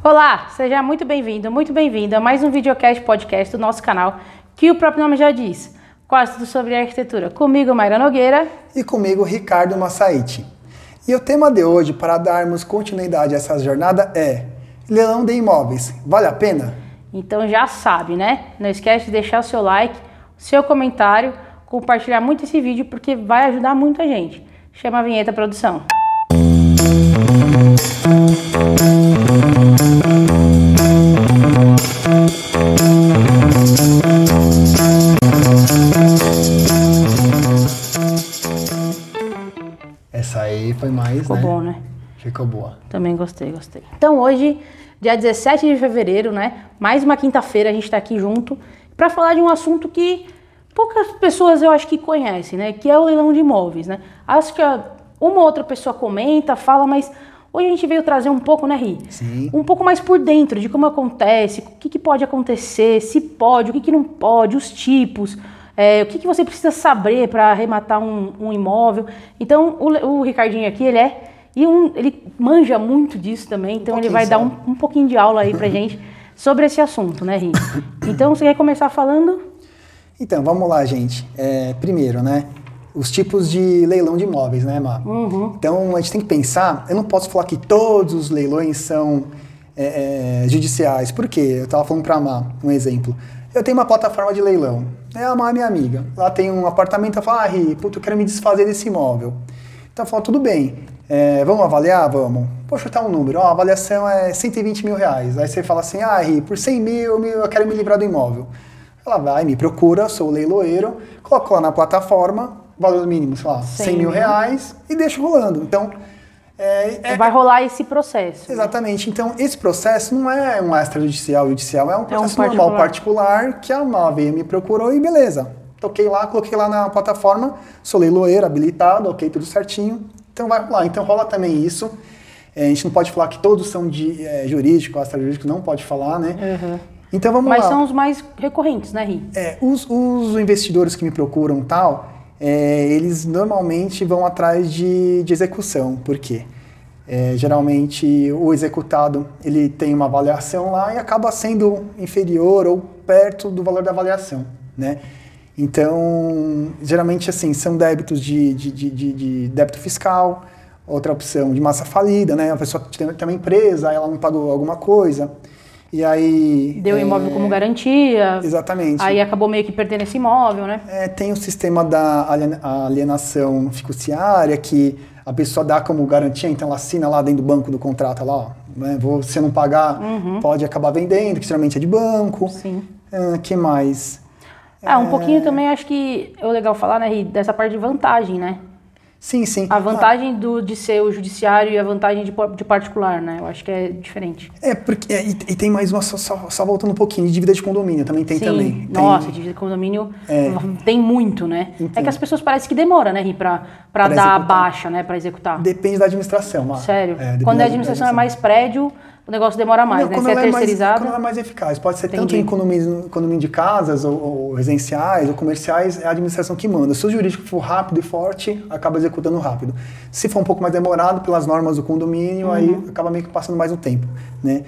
Olá, seja muito bem-vindo, muito bem-vinda a mais um videocast podcast do nosso canal, que o próprio nome já diz, quase tudo sobre arquitetura. Comigo, Mayra Nogueira. E comigo, Ricardo Massaiti. E o tema de hoje, para darmos continuidade a essa jornada, é leilão de imóveis. Vale a pena? Então já sabe, né? Não esquece de deixar o seu like, seu comentário, compartilhar muito esse vídeo, porque vai ajudar muita gente. Chama a vinheta, produção. Essa aí foi mais, Ficou bom, né? Ficou boa. Também gostei. Então hoje, dia 17 de fevereiro, né? Mais uma quinta-feira a gente tá aqui junto para falar de um assunto que poucas pessoas eu acho que conhecem, né? Que é o leilão de imóveis, né? Acho que uma ou outra pessoa comenta, fala, mas hoje a gente veio trazer um pouco, né, Ri? Sim. Um pouco mais por dentro de como acontece, o que pode acontecer, se pode, o que não pode, os tipos, o que você precisa saber para arrematar um imóvel. Então, o Ricardinho aqui, ele manja muito disso também, então ele vai dar um pouquinho de aula aí pra gente sobre esse assunto, né, Ri? Então, você quer começar falando? Então, vamos lá, gente. Primeiro, né? Os tipos de leilão de imóveis, né, Má? Uhum. Então, a gente tem que pensar, eu não posso falar que todos os leilões são judiciais. Por quê? Eu estava falando para a Má, um exemplo. Eu tenho uma plataforma de leilão. A Má é minha amiga. Ela tem um apartamento, ela fala, Ri, puto, eu quero me desfazer desse imóvel. Então, eu falo, tudo bem. Vamos avaliar? Vamos. Vou chutar um número. A avaliação é 120 mil reais. Aí você fala assim, Ri, por 100 mil eu quero me livrar do imóvel. Ela vai, me procura, sou leiloeiro, coloco lá na plataforma, valor mínimo, sei lá, 100 mil reais e deixo rolando. Então, vai rolar esse processo. Exatamente. Né? Então, esse processo não é um extrajudicial, judicial, é um processo normal, particular, que a Má veio, me procurou e beleza. Toquei lá, coloquei lá na plataforma, sou leiloeiro, habilitado, ok, tudo certinho. Então, vai rolar. Então, rola também isso. A gente não pode falar que todos são de jurídico, extrajurídico, não pode falar, né? Uhum. Então, vamos lá. Mas são os mais recorrentes, né, Ri? Os investidores que me procuram tal, eles normalmente vão atrás de execução. Por quê? Geralmente o executado ele tem uma avaliação lá e acaba sendo inferior ou perto do valor da avaliação, né? Então, geralmente assim, são débitos de débito fiscal, outra opção de massa falida, né? A pessoa tem uma empresa, ela não pagou alguma coisa. E aí... Deu o imóvel como garantia. Exatamente. Aí acabou meio que perdendo esse imóvel, né? Tem o sistema da alienação fiduciária, que a pessoa dá como garantia, então ela assina lá dentro do banco do contrato, lá, ó, né? Se não pagar, pode acabar vendendo, que geralmente é de banco. Sim. Que mais? Um pouquinho também acho que é legal falar, né, Ri, dessa parte de vantagem, né? Sim, sim. A vantagem de ser o judiciário e a vantagem de particular, né? Eu acho que é diferente. Porque e tem mais uma, só voltando um pouquinho, de dívida de condomínio também tem. Nossa, dívida de condomínio tem muito, né? Então. É que as pessoas parecem que demora, né, Ri, pra dar a baixa, né, pra executar. Depende da administração, Má. Sério? Quando a administração é mais prédio, o negócio demora mais, né? Se é terceirizado... Quando ela é mais eficaz. Pode ser tanto em condomínio de casas, ou residenciais, ou comerciais, é a administração que manda. Se o jurídico for rápido e forte, acaba executando rápido. Se for um pouco mais demorado, pelas normas do condomínio, aí acaba meio que passando mais um tempo, né?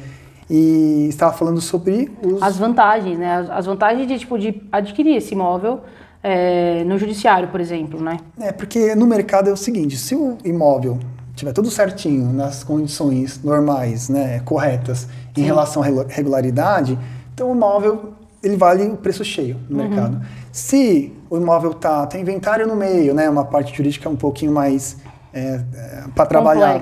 E estava falando sobre as vantagens, né? As vantagens de adquirir esse imóvel no judiciário, por exemplo, né? Porque no mercado é o seguinte, se o imóvel tiver tudo certinho, nas condições normais, né, corretas, em relação à regularidade, então o imóvel ele vale o preço cheio no mercado. Se o imóvel tem inventário no meio, né, uma parte jurídica um pouquinho mais para trabalhar,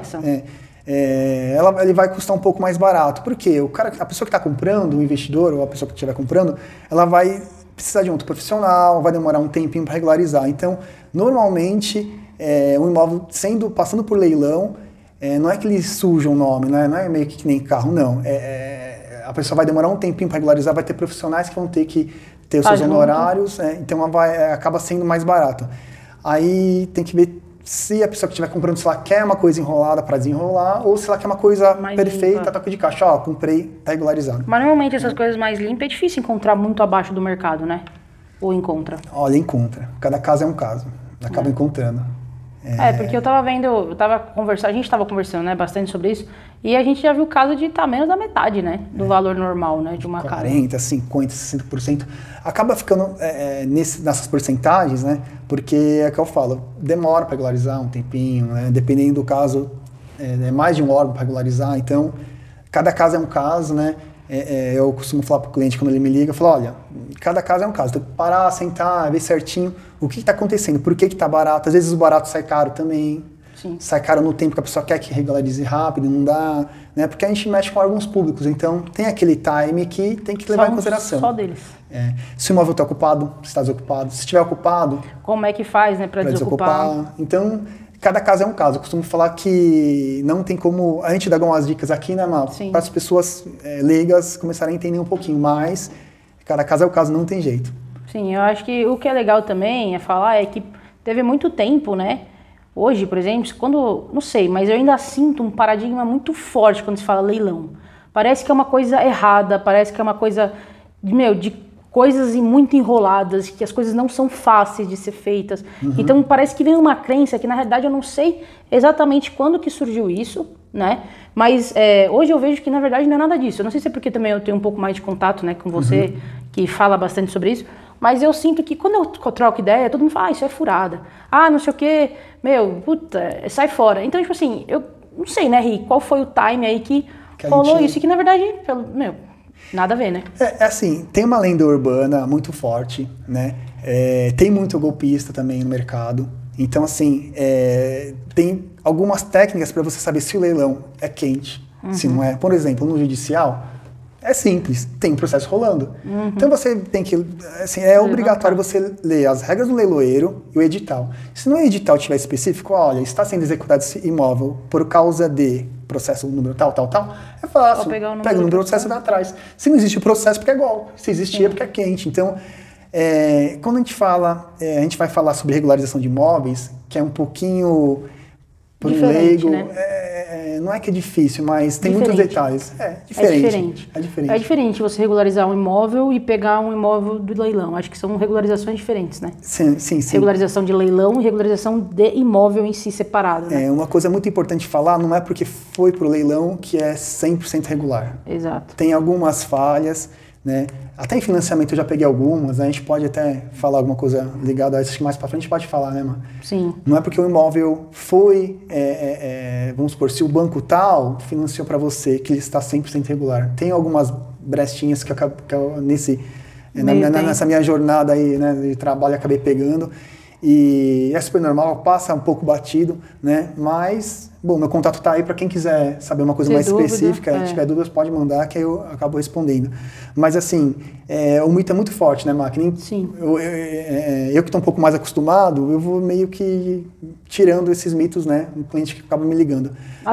ele vai custar um pouco mais barato. Por quê? A pessoa que está comprando, o investidor ou a pessoa que estiver comprando, ela vai precisar de um outro profissional, vai demorar um tempinho para regularizar. Então, normalmente um imóvel passando por leilão, não é que ele suja o nome, né? Não é meio que nem carro, não. A pessoa vai demorar um tempinho para regularizar, vai ter profissionais que vão ter que ter os seus honorários, então acaba sendo mais barato. Aí tem que ver se a pessoa que estiver comprando, se ela quer uma coisa enrolada para desenrolar, ou se ela quer uma coisa mais perfeita, toque de caixa, comprei, tá regularizado. Mas normalmente essas coisas mais limpas é difícil encontrar muito abaixo do mercado, né? Ou encontra? Olha, encontra. Cada caso é um caso. Acaba encontrando. Porque a gente estava conversando, né, bastante sobre isso, e a gente já viu o caso de estar menos da metade, né, do valor normal, né, de uma casa. 40, 50, 60%. Acaba ficando nessas porcentagens, né, porque é o que eu falo, demora para regularizar um tempinho, né, dependendo do caso, é mais de um órgão para regularizar, então, cada caso é um caso, né. Eu costumo falar para o cliente quando ele me liga, eu falo, olha, cada caso é um caso, tem que parar, sentar, ver certinho o que está acontecendo, por que está barato, às vezes o barato sai caro também, Sim. Sai caro no tempo que a pessoa quer que regularize rápido, não dá, né, porque a gente mexe com órgãos públicos, então tem aquele time que tem que levar em consideração. Só deles. Se o imóvel está ocupado, se está desocupado, se estiver ocupado... Como é que faz, né, para desocupar? Então... Cada caso é um caso. Eu costumo falar que não tem como... A gente dá algumas dicas aqui, né, Mal? Para as pessoas leigas começarem a entender um pouquinho mais. Cada caso é um caso, não tem jeito. Sim, eu acho que o que é legal também é falar é que teve muito tempo, né? Hoje, por exemplo, quando... Não sei, mas eu ainda sinto um paradigma muito forte quando se fala leilão. Parece que é uma coisa errada, parece que é uma coisa... de coisas muito enroladas, que as coisas não são fáceis de ser feitas. Então parece que vem uma crença que na realidade eu não sei exatamente quando que surgiu isso, né? Mas hoje eu vejo que na verdade não é nada disso. Eu não sei se é porque também eu tenho um pouco mais de contato, né, com você, que fala bastante sobre isso, mas eu sinto que quando eu troco ideia, todo mundo fala, isso é furada. Não sei o quê, puta, sai fora. Então, tipo assim, eu não sei, né, Ri, qual foi o time aí que rolou isso, e que na verdade, nada a ver, né? Assim, tem uma lenda urbana muito forte, né? Tem muito golpista também no mercado. Então, assim, tem algumas técnicas para você saber se o leilão é quente, se não é. Por exemplo, no judicial, é simples, tem um processo rolando. Então você tem que, assim, é obrigatório você ler as regras do leiloeiro e o edital. Se no edital tiver específico, olha, está sendo executado esse imóvel por causa de processo número tal, é fácil. Pega o número do processo e vai atrás. Se não existe o processo, porque é golpe. Se existir, é porque é quente. Então, quando a gente vai falar sobre regularização de imóveis, que é um pouquinho por um leigo, né? Não é que é difícil, mas tem muitos detalhes. Diferente. É diferente você regularizar um imóvel e pegar um imóvel do leilão. Acho que são regularizações diferentes, né? Sim. Regularização de leilão e regularização de imóvel em si separado, né? Uma coisa muito importante falar, não é porque foi pro leilão que é 100% regular. Exato. Tem algumas falhas, né? Até em financiamento eu já peguei algumas, a gente pode até falar alguma coisa ligada a isso, que mais pra frente a gente pode falar, né, mano? Sim. Não é porque o imóvel foi, vamos supor, se o banco tal financiou para você que ele está 100% regular. Tem algumas brestinhas que eu nessa minha jornada aí, né, de trabalho, acabei pegando. E é super normal, passa um pouco batido, né? Mas, bom, meu contato tá aí para quem quiser saber uma coisa mais específica. Se tiver dúvidas, pode mandar que eu acabo respondendo. Mas, assim, o mito é muito forte, né, Máquina? Sim. Eu que estou um pouco mais acostumado, eu vou meio que tirando esses mitos, né? Um cliente que acaba me ligando.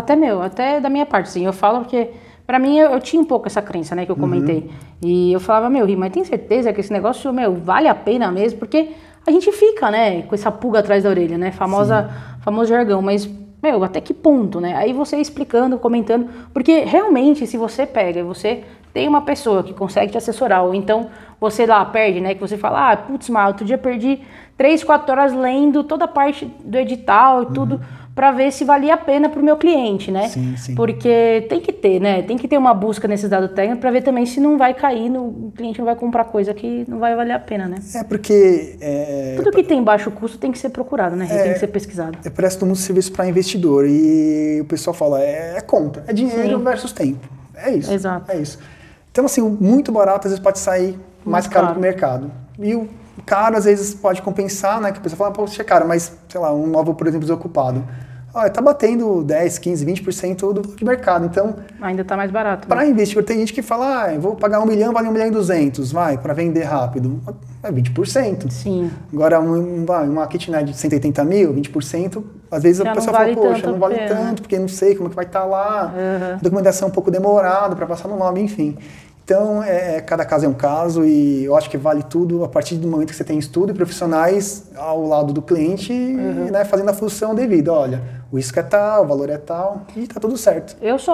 Até da minha parte, sim. Eu falo porque... Pra mim, eu tinha um pouco essa crença, né, que eu comentei. E eu falava, Ri, mas tem certeza que esse negócio, vale a pena mesmo? Porque a gente fica, né, com essa pulga atrás da orelha, né, famoso jargão. Mas, até que ponto, né? Aí você explicando, comentando. Porque, realmente, se você pega e você tem uma pessoa que consegue te assessorar, ou então você lá perde, né, que você fala, putz, outro dia perdi 3, 4 horas lendo toda a parte do edital e tudo, para ver se valia a pena para o meu cliente, né? Sim. Porque tem que ter, né? Tem que ter uma busca nesses dados técnicos para ver também se não vai cair, o cliente não vai comprar coisa que não vai valer a pena, né? Porque... Tudo que tem baixo custo tem que ser procurado, né? Tem que ser pesquisado. Presta muito serviço para investidor e o pessoal fala, conta, é dinheiro versus tempo. É isso. Exato. É isso. Então, assim, muito barato às vezes pode sair mais caro do mercado. E o caro às vezes pode compensar, né? Que a pessoa fala, poxa, cara, mas, sei lá, um imóvel, por exemplo, desocupado. Tá batendo 10, 15, 20% do mercado, então... Ainda tá mais barato. Para investidor, tem gente que fala, eu vou pagar 1 milhão, vale 1 milhão e 200, para vender rápido. É 20%. Sim. Agora, uma kitnet de 180 mil, 20%, às vezes a pessoa fala, poxa, não vale tanto, porque não sei como é que vai estar lá, documentação um pouco demorada para passar no nome, enfim. Então, cada caso é um caso e eu acho que vale tudo a partir do momento que você tem estudo e profissionais ao lado do cliente, né, fazendo a função devida. Olha, o risco é tal, o valor é tal e tá tudo certo.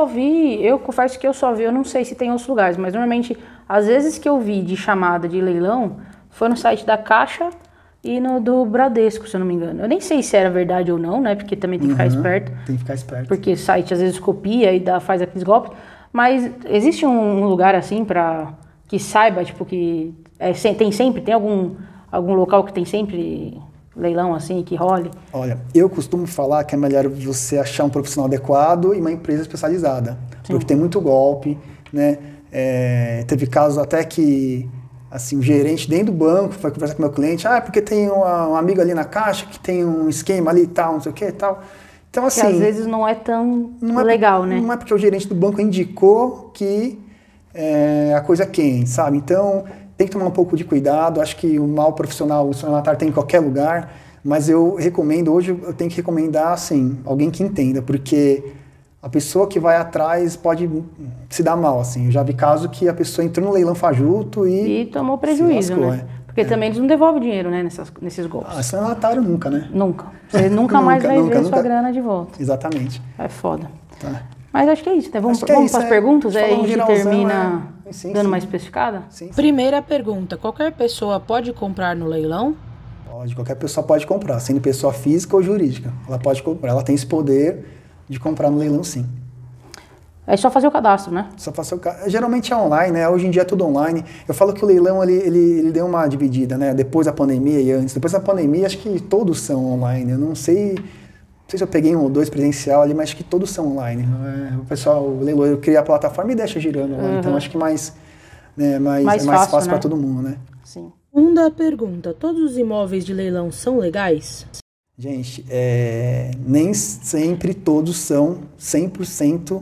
Eu confesso que eu só vi, eu não sei se tem outros lugares, mas normalmente, às vezes que eu vi de chamada de leilão, foi no site da Caixa e no do Bradesco, se eu não me engano. Eu nem sei se era verdade ou não, né? Porque também tem que ficar esperto. Tem que ficar esperto. Porque o site às vezes copia e faz aqueles golpes. Mas existe um lugar assim para que saiba, tipo, que tem algum local que tem sempre leilão assim, que role? Olha, eu costumo falar que é melhor você achar um profissional adequado e uma empresa especializada. Sim. Porque tem muito golpe, né? Teve casos até que assim, o gerente dentro do banco foi conversar com o meu cliente, porque tem um amigo ali na caixa que tem um esquema ali e tal, não sei o que e tal. Então, assim, que às vezes não é tão legal, né? Não é porque o gerente do banco indicou que a coisa é quente, sabe? Então, tem que tomar um pouco de cuidado. Acho que o mau profissional, o estelionatário tem em qualquer lugar, mas eu recomendo, hoje eu tenho que recomendar, assim, alguém que entenda, porque a pessoa que vai atrás pode se dar mal, assim. Eu já vi caso que a pessoa entrou no leilão fajuto e tomou prejuízo, lascou, né? Porque também eles não devolvem dinheiro, né, nesses golpes. Estelionatário nunca, né? Nunca. Você nunca mais vai ver sua grana de volta. Exatamente. É foda. Tá. Mas acho que é isso, né? Vamos para as perguntas, aí a gente termina dando uma especificada? Sim. Primeira pergunta, qualquer pessoa pode comprar no leilão? Pode, qualquer pessoa pode comprar, sendo pessoa física ou jurídica. Ela pode comprar, ela tem esse poder de comprar no leilão, sim. É só fazer o cadastro, né? Só fazer o cadastro. Geralmente é online, né? Hoje em dia é tudo online. Eu falo que o leilão ele deu uma dividida, né? Depois da pandemia e antes. Depois da pandemia, acho que todos são online. Eu não sei se eu peguei um ou dois presencial ali, mas acho que todos são online. O pessoal, o leiloeiro cria a plataforma e deixa girando lá. Então acho que mais fácil para todo mundo, né? Sim. Segunda pergunta: todos os imóveis de leilão são legais? Gente, nem sempre todos são 100%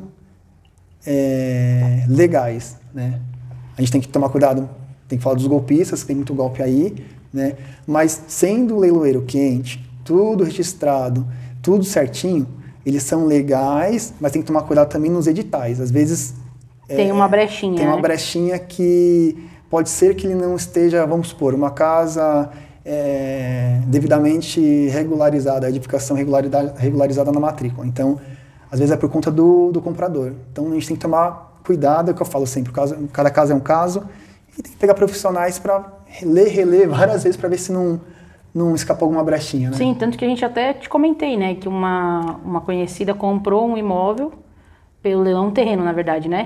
legais, né? A gente tem que tomar cuidado, tem que falar dos golpistas, que tem muito golpe aí, né? Mas sendo o leiloeiro quente, tudo registrado, tudo certinho, eles são legais, mas tem que tomar cuidado também nos editais. Às vezes tem uma brechinha. Tem uma brechinha que pode ser que ele não esteja, vamos supor, uma casa devidamente regularizada, a edificação regularizada na matrícula. Então, às vezes é por conta do comprador. Então, a gente tem que tomar cuidado, é o que eu falo sempre, cada caso é um caso, e tem que pegar profissionais para reler várias vezes para ver se não escapou alguma brechinha, né? Sim, tanto que a gente até te comentei, né, que uma conhecida comprou um imóvel pelo leilão, um terreno, na verdade, né?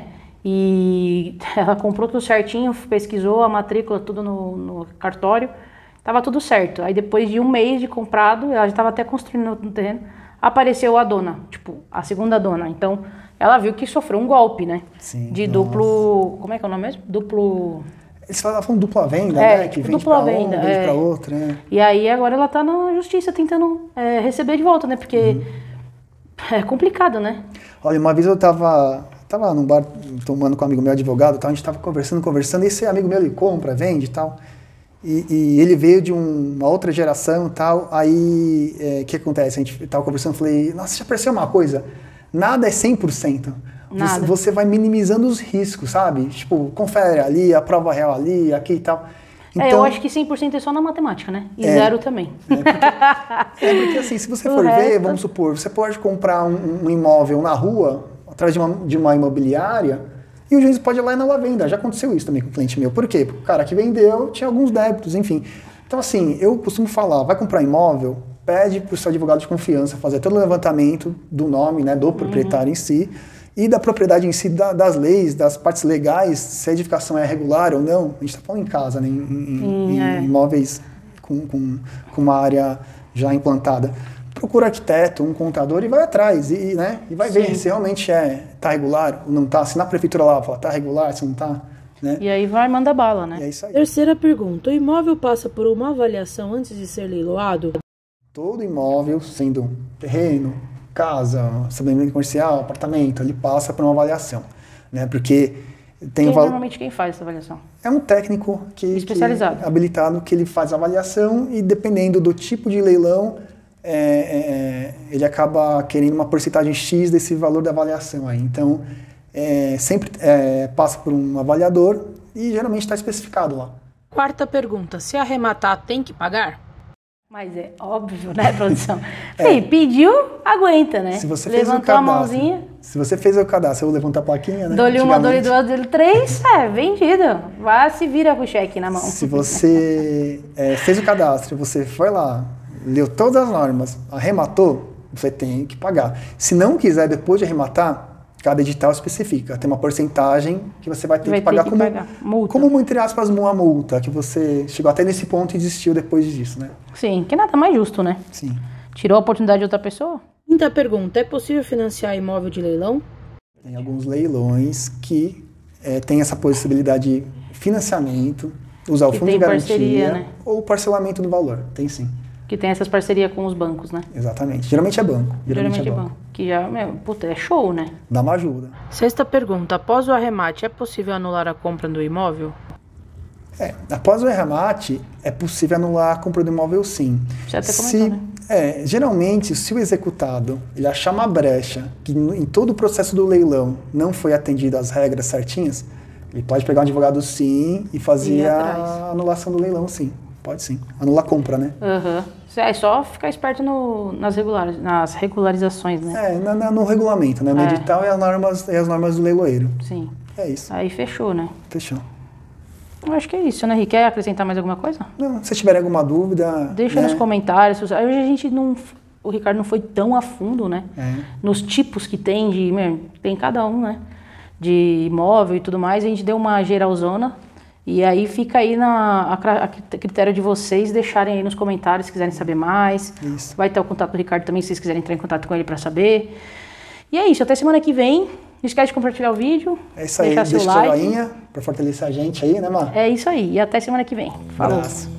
E ela comprou tudo certinho, pesquisou a matrícula, tudo no cartório, tava tudo certo. Aí depois de um mês de comprado, ela já estava até construindo no terreno, apareceu a dona, tipo, a segunda dona. Então, ela viu que sofreu um golpe, né? Sim, de duplo... Como é que é o nome mesmo? Duplo... Eles falavam dupla venda, né? Que vende dupla pra venda, vende pra outra, né? E aí, agora ela tá na justiça tentando receber de volta, né? Porque é complicado, né? Olha, uma vez eu tava num bar tomando com um amigo meu, advogado, tal, a gente tava conversando, e esse amigo meu, ele compra, vende e tal. E ele veio de uma outra geração e tal, aí o que acontece? A gente tava conversando, falei, nossa, já percebeu uma coisa? Nada é 100%. Você vai minimizando os riscos, sabe? Tipo, confere ali, a prova real ali, aqui e tal. Então, eu acho que 100% é só na matemática, né? E zero também. Porque assim, se você for ver, vamos supor, você pode comprar um imóvel na rua, através de uma imobiliária, e o juiz pode ir lá e não a venda. Já aconteceu isso também com um cliente meu. Por quê? Porque o cara que vendeu tinha alguns débitos, enfim. Então, assim, eu costumo falar, vai comprar imóvel, pede para o seu advogado de confiança fazer todo o levantamento do nome, né, do proprietário em si, e da propriedade em si, das leis, das partes legais, se a edificação é regular ou não. A gente está falando em casa, né, em imóveis com uma área já implantada. Procura arquiteto, um contador e vai atrás, e vai ver se realmente está regular ou não está. Se na prefeitura lá fala, está regular, se não está. Né? E aí vai mandar bala, né? E é isso aí. Terceira pergunta, o imóvel passa por uma avaliação antes de ser leiloado? Todo imóvel, sendo terreno, casa, estabelecimento comercial, apartamento, ele passa por uma avaliação, né? Porque tem normalmente quem faz essa avaliação? É um técnico especializado, habilitado, que ele faz a avaliação, e dependendo do tipo de leilão, ele acaba querendo uma porcentagem X desse valor da avaliação aí. Então, sempre passa por um avaliador e geralmente está especificado lá. Quarta pergunta, se arrematar tem que pagar? Mas é óbvio, né, produção? Pediu, aguenta, né? Se você levantou a mãozinha. Se você fez o cadastro, eu vou levantar a plaquinha, né? Dou-lhe uma, dou-lhe Antigamente, duas, dou-lhe três, vendido. Vá, se vira com o cheque na mão. se você fez o cadastro, você foi lá, leu todas as normas, arrematou, você tem que pagar. Se não quiser, depois de arrematar, cada edital especifica. Tem uma porcentagem que você vai ter que pagar multa. como, entre aspas, uma multa, que você chegou até nesse ponto e desistiu depois disso, né? Sim, que nada mais justo, né? Sim. Tirou a oportunidade de outra pessoa. Quinta pergunta, é possível financiar imóvel de leilão? Tem alguns leilões que tem essa possibilidade de financiamento, usar o Que fundo tem de garantia parceria, né? ou parcelamento do valor. Tem sim. Que tem essas parcerias com os bancos, né? Exatamente. Geralmente é banco. Geralmente é banco. Que já, puta, é show, né? Dá uma ajuda. Sexta pergunta, após o arremate, é possível anular a compra do imóvel? Após o arremate, é possível anular a compra do imóvel sim. Já até comentou, né? Geralmente, se o executado ele achar uma brecha que em todo o processo do leilão não foi atendido às regras certinhas, ele pode pegar um advogado sim e fazer a anulação do leilão sim. Pode sim. Anular a compra, né? É só ficar esperto nas regularizações, né? No regulamento, né? No edital e as normas do leiloeiro. Sim. É isso. Aí fechou, né? Fechou. Eu acho que é isso, né, Rick? Quer acrescentar mais alguma coisa? Não, se tiver alguma dúvida... Deixa nos comentários. Hoje a gente não... O Ricardo não foi tão a fundo, né? Nos tipos que tem tem cada um, né? De imóvel e tudo mais. A gente deu uma geralzona. E aí fica aí a critério de vocês deixarem aí nos comentários se quiserem saber mais. Isso. Vai ter o contato do Ricardo também, se vocês quiserem entrar em contato com ele para saber. E é isso, até semana que vem. Não esquece de compartilhar o vídeo. É isso aí, deixar seu deixa like. o joinha para fortalecer a gente aí, né, Mar? É isso aí, e até semana que vem. Falou. Abraço.